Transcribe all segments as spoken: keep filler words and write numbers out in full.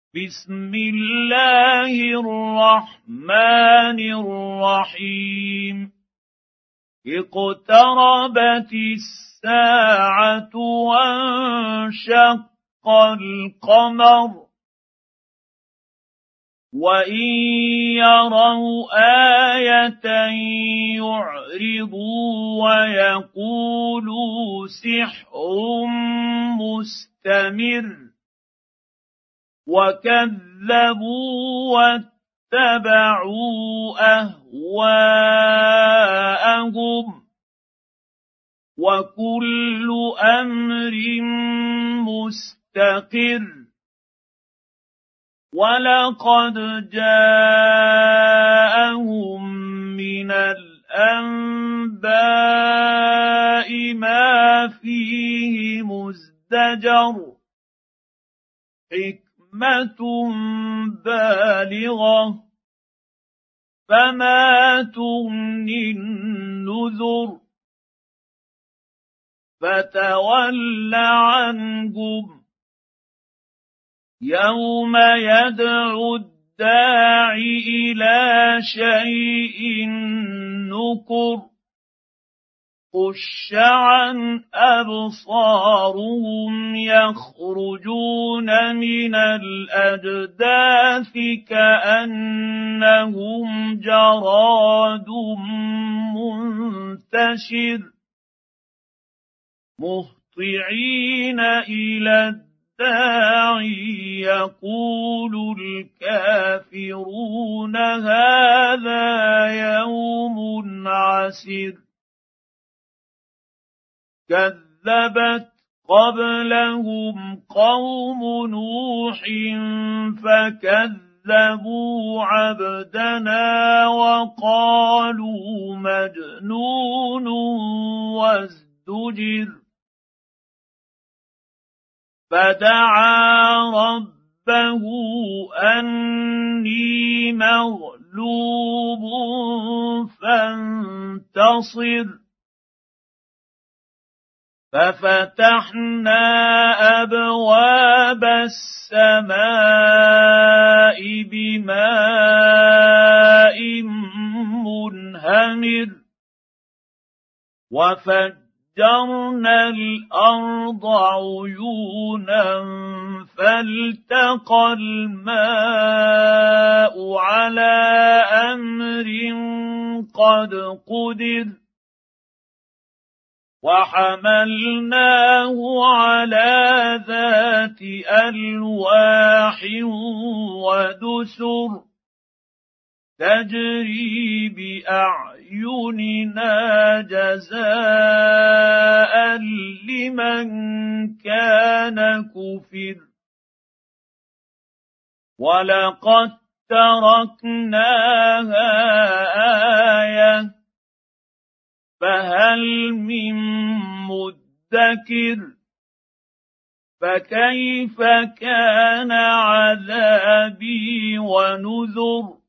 بسم الله الرحمن الرحيم اقتربت الساعة وانشق القمر وإن يروا آية يعرضوا ويقولوا سحر مستمر وكذبوا واتبعوا أهواءهم وكل أمر مستقر ولقد جاءهم من الأنباء ما فيه مزدجر حكمة بالغة فما تغني النذر فتول عنهم يوم يدعو الداعي إلى شيء نكر خش عن أبصارهم يخرجون من الأجداث كأنهم جراد منتشر مهطعين إلى الداعي يقول الكافرون هذا يوم عسر كذبت قبلهم قوم نوح فكذبوا عبدنا وقالوا مجنون وازدجر فدعا ربه أني مغلوب فانتصر ففتحنا أبواب السماء بماء منهمر وفجرنا الأرض عيونا فالتقى الماء على أمر قد قدر وحملناه على ذات ألواح ودسر تجري بأعيننا جزاء لمن كان كفر ولقد تركناها آية فهل من مدكر فكيف كان عذابي ونذر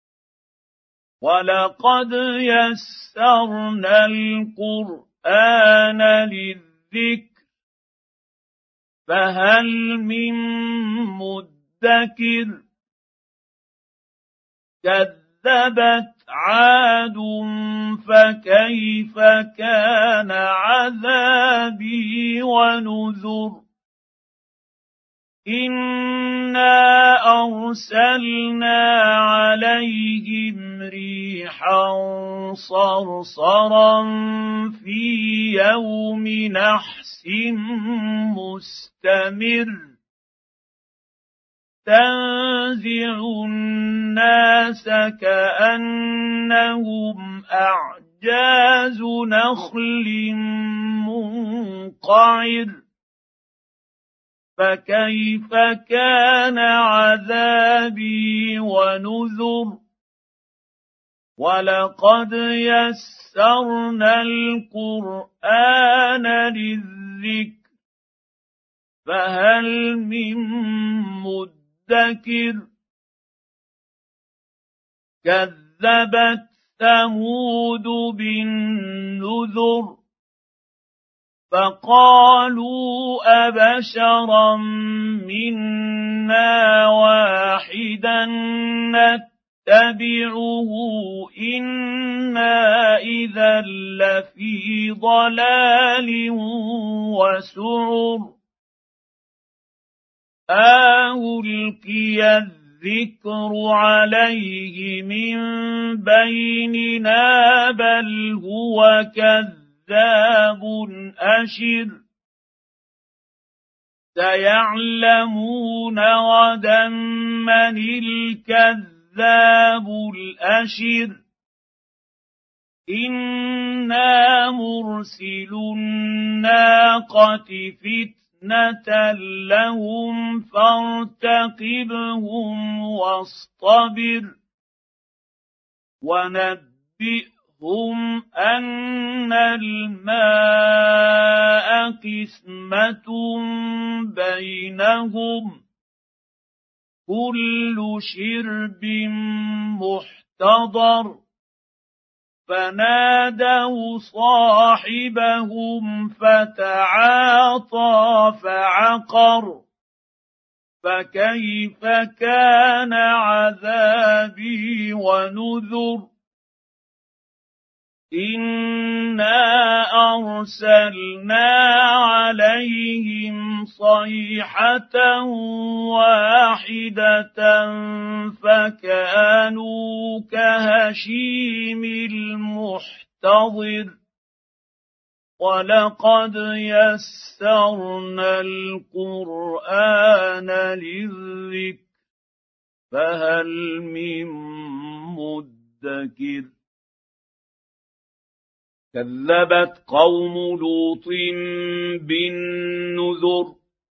ولقد يسرنا القرآن للذكر فهل من مدكر كذبت عاد فكيف كان عذابي ونذر إنا أرسلنا عليهم ريحا صرصرا في يوم نحس مستمر تنزع الناس كأنهم أعجاز نخل منقعر فكيف كان عذابي ونذر ولقد يسرنا القرآن للذكر فهل من مدكر كذبت ثمود بالنذر فقالوا أبشرا منا واحدا نتبعه إنا إذا لفي ضلال وسعر آه ألقي الذكر عليه من بيننا بل هو كذاب أشر سيعلمون غدا من الكذاب الأشر إنا مرسل الناقة فتنة لهم فارتقبهم واصطبر ونبئهم أن الماء قسمة بينهم كل شرب محتضر فنادوا صاحبهم فتعاطى فعقر فكيف كان عذابي ونذر إنا أرسلنا عليهم صيحة واحدة فكانوا كهشيم المحتضر ولقد يسرنا القرآن للذكر فهل من مدكر كذبت قوم لوط بالنذر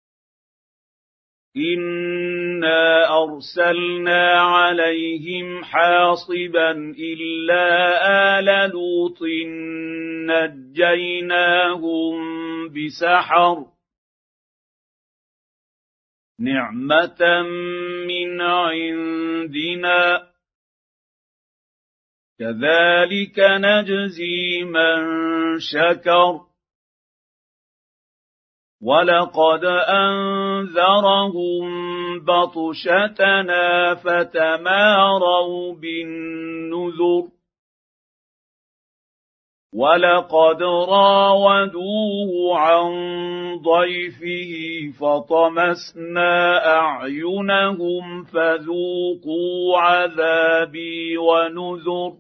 إنا أرسلنا عليهم حاصبا إلا آل لوط نجيناهم بسحر نعمة من عندنا كذلك نجزي من شكر ولقد أنذرهم بطشتنا فتماروا بالنذر ولقد راودوه عن ضيفه فطمسنا أعينهم فذوقوا عذابي ونذر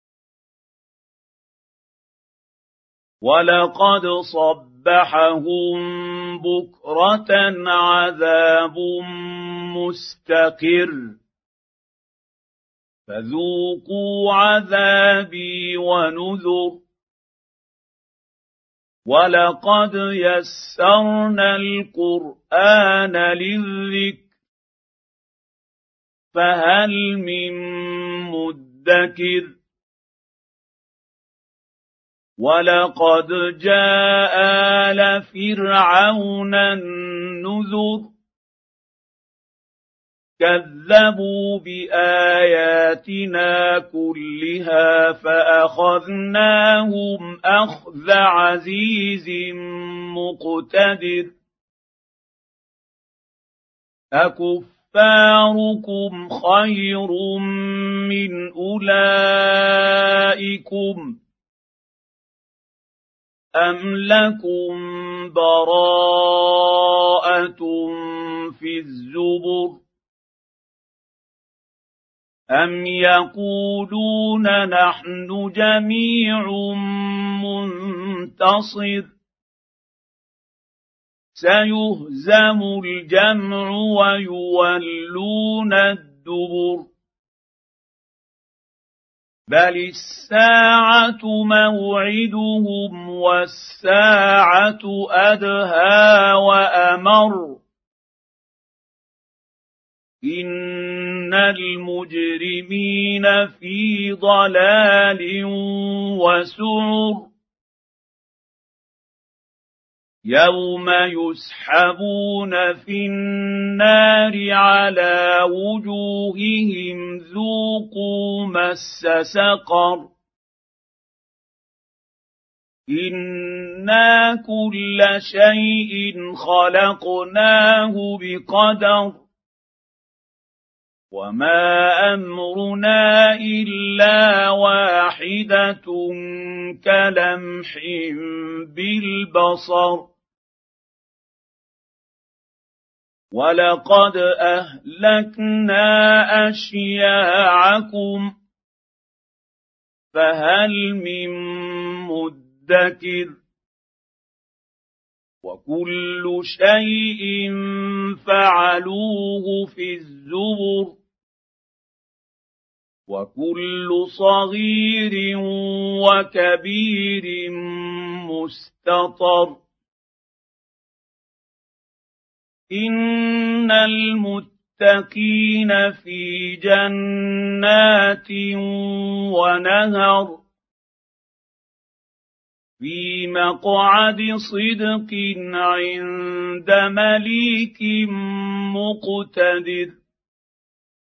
ولقد صبحهم بكرة عذاب مستقر فذوقوا عذابي ونذر ولقد يسرنا القرآن للذكر فهل من مدكر ولقد جاء آل فرعون النذر كذبوا بآياتنا كلها فأخذناهم أخذ عزيز مقتدر أكفاركم خير من أولئكم أم لكم براءة في الزبر أم يقولون نحن جميع منتصر سيهزم الجمع ويولون الدبر بل الساعة موعدهم والساعة أدهى وأمر إن المجرمين في ضلال وسعر يوم يسحبون في النار على وجوههم ذوقوا مس سقر إنا كل شيء خلقناه بقدر وما امرنا الا واحده كلمح بالبصر ولقد اهلكنا اشياعكم فهل من مدكر وكل شيء فعلوه في الزبر وكل صغير وكبير مستطر إن المتقين في جنات ونهر في مقعد صدق عند مليك مقتدر.